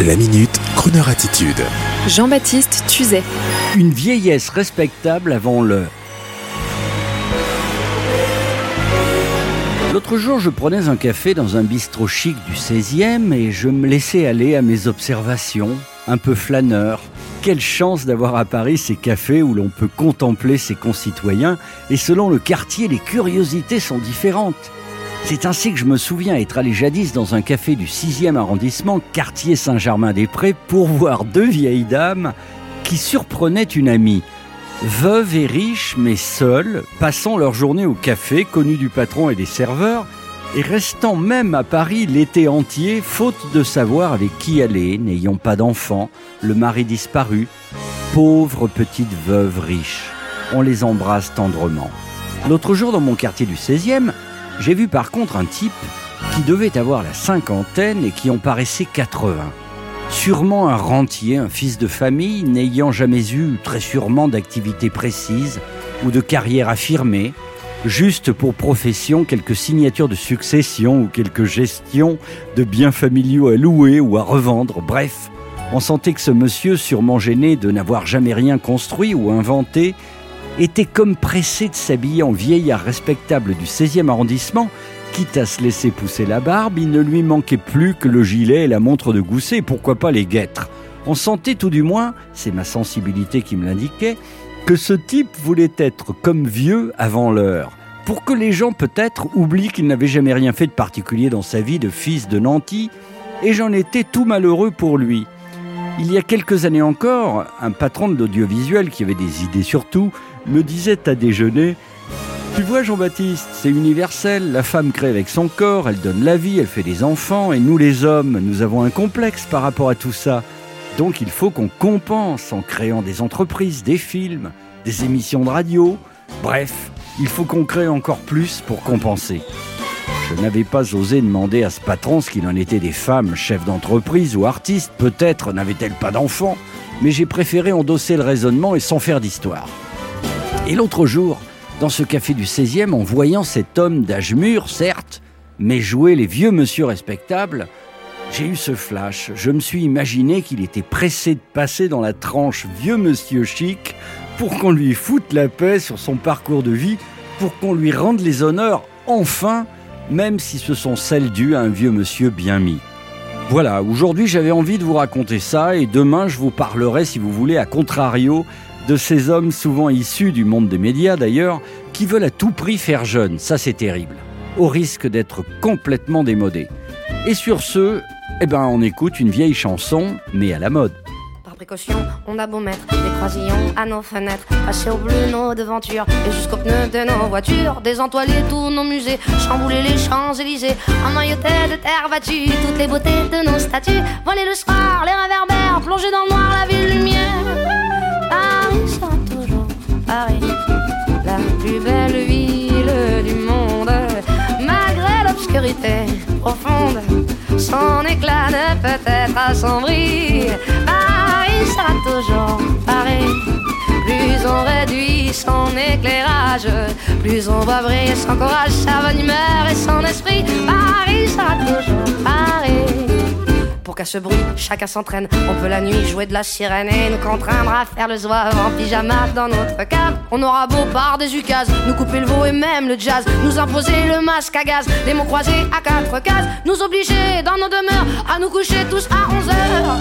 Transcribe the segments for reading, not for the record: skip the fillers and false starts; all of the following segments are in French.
La minute, Kroneur attitude. Jean-Baptiste Tuzet. Une vieillesse respectable avant l'heure. L'autre jour, je prenais un café dans un bistrot chic du 16e et je me laissais aller à mes observations, un peu flâneur. Quelle chance d'avoir à Paris ces cafés où l'on peut contempler ses concitoyens et selon le quartier, les curiosités sont différentes. C'est ainsi que je me souviens être allé jadis dans un café du 6e arrondissement, quartier Saint-Germain-des-Prés, pour voir deux vieilles dames qui surprenaient une amie. Veuves et riches, mais seules, passant leur journée au café, connues du patron et des serveurs, et restant même à Paris l'été entier, faute de savoir avec qui aller, n'ayant pas d'enfants, le mari disparu. Pauvres petites veuves riches, on les embrasse tendrement. L'autre jour, dans mon quartier du 16e, j'ai vu par contre un type qui devait avoir la cinquantaine et qui en paraissait 80. Sûrement un rentier, un fils de famille, n'ayant jamais eu très sûrement d'activité précise ou de carrière affirmée, juste pour profession quelques signatures de succession ou quelques gestions de biens familiaux à louer ou à revendre. Bref, on sentait que ce monsieur, sûrement gêné de n'avoir jamais rien construit ou inventé, était comme pressé de s'habiller en vieillard respectable du 16e arrondissement, quitte à se laisser pousser la barbe, il ne lui manquait plus que le gilet et la montre de gousset, et pourquoi pas les guêtres. On sentait tout du moins, c'est ma sensibilité qui me l'indiquait, que ce type voulait être comme vieux avant l'heure, pour que les gens peut-être oublient qu'il n'avait jamais rien fait de particulier dans sa vie de fils de nanti, et j'en étais tout malheureux pour lui. Il y a quelques années encore, un patron de l'audiovisuel qui avait des idées sur tout, me disait à déjeuner « Tu vois Jean-Baptiste, c'est universel, la femme crée avec son corps, elle donne la vie, elle fait des enfants, et nous les hommes, nous avons un complexe par rapport à tout ça. Donc il faut qu'on compense en créant des entreprises, des films, des émissions de radio. Bref, il faut qu'on crée encore plus pour compenser. » Je n'avais pas osé demander à ce patron ce qu'il en était des femmes, chefs d'entreprise ou artistes. Peut-être n'avaient-elles pas d'enfants, mais j'ai préféré endosser le raisonnement et sans faire d'histoire. Et l'autre jour, dans ce café du 16e, en voyant cet homme d'âge mûr, certes, mais jouer les vieux monsieur respectables, j'ai eu ce flash. Je me suis imaginé qu'il était pressé de passer dans la tranche vieux monsieur chic pour qu'on lui foute la paix sur son parcours de vie, pour qu'on lui rende les honneurs, enfin, même si ce sont celles dues à un vieux monsieur bien mis. Voilà, aujourd'hui j'avais envie de vous raconter ça et demain je vous parlerai, si vous voulez, à contrario, de ces hommes souvent issus du monde des médias d'ailleurs, qui veulent à tout prix faire jeune, ça c'est terrible, au risque d'être complètement démodés. Et sur ce, on écoute une vieille chanson, mais à la mode. Par précaution, on a beau mettre des croisillons à nos fenêtres, passer au bleu nos devantures et jusqu'aux pneus de nos voitures, désentoiler tous nos musées, chambouler les Champs-Élysées, emmailloter de terre battue toutes les beautés de nos statues, voler le soir, les réverbères, plonger dans le noir la ville lumière. Paris sera toujours Paris, la plus belle ville du monde, malgré l'obscurité profonde, son éclat ne peut être assombri. Paris sera toujours Paris, plus on réduit son éclairage, plus on va briller son courage, sa bonne humeur et son esprit. Paris sera toujours Paris. Pour qu'à ce bruit, chacun s'entraîne. On peut la nuit jouer de la sirène et nous contraindre à faire le zouave en pyjama dans notre cave. On aura beau par des ukases nous couper le veau et même le jazz, nous imposer le masque à gaz, les mots croisés à 4 cases, nous obliger dans nos demeures à nous coucher tous à 11h.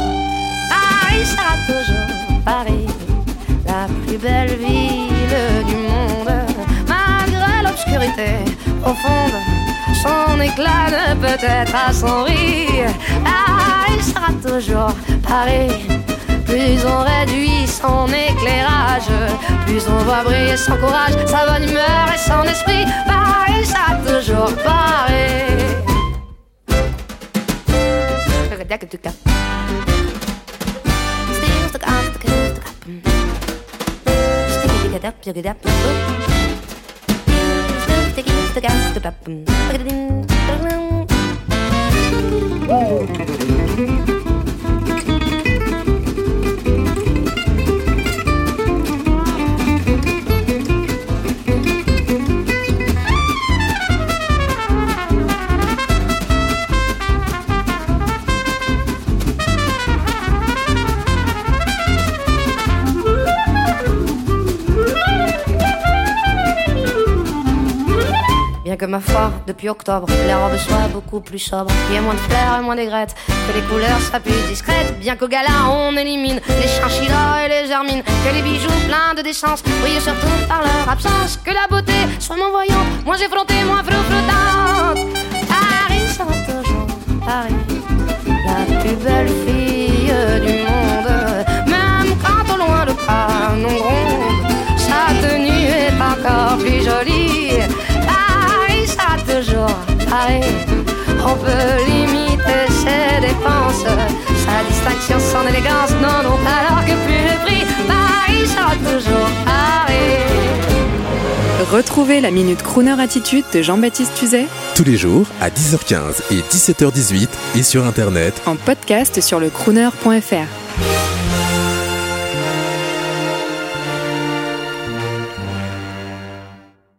Paris sera toujours Paris, la plus belle ville du monde, malgré l'obscurité profonde, son éclat ne peut être assombri. Paris sera toujours Paris, plus on réduit son éclairage, plus on voit briller son courage, sa bonne humeur et son esprit. Paris sera toujours Paris. Bien que ma foi, depuis octobre, les robes soient beaucoup plus sobres, qu'il y ait moins de fleurs et moins d'aigrettes, que les couleurs soient plus discrètes. Bien qu'au gala on élimine les chinchillas et les hermines, que les bijoux pleins de décence brillent surtout par leur absence, que la beauté soit moins voyante, moins effrontée, moins flottante. Paris sera toujours Paris, la plus belle fille du monde. Même quand au loin le canon gronde, sa tenue est encore plus jolie. Paris sera toujours Paris. On peut limiter ses dépenses, sa distinction, son élégance n'en ont alors que plus le prix. Paris sera toujours Paris. Retrouvez la Minute Crooner Attitude de Jean-Baptiste Tuzet Tous les jours à 10h15 et 17h18 et sur Internet en podcast sur le crooner.fr.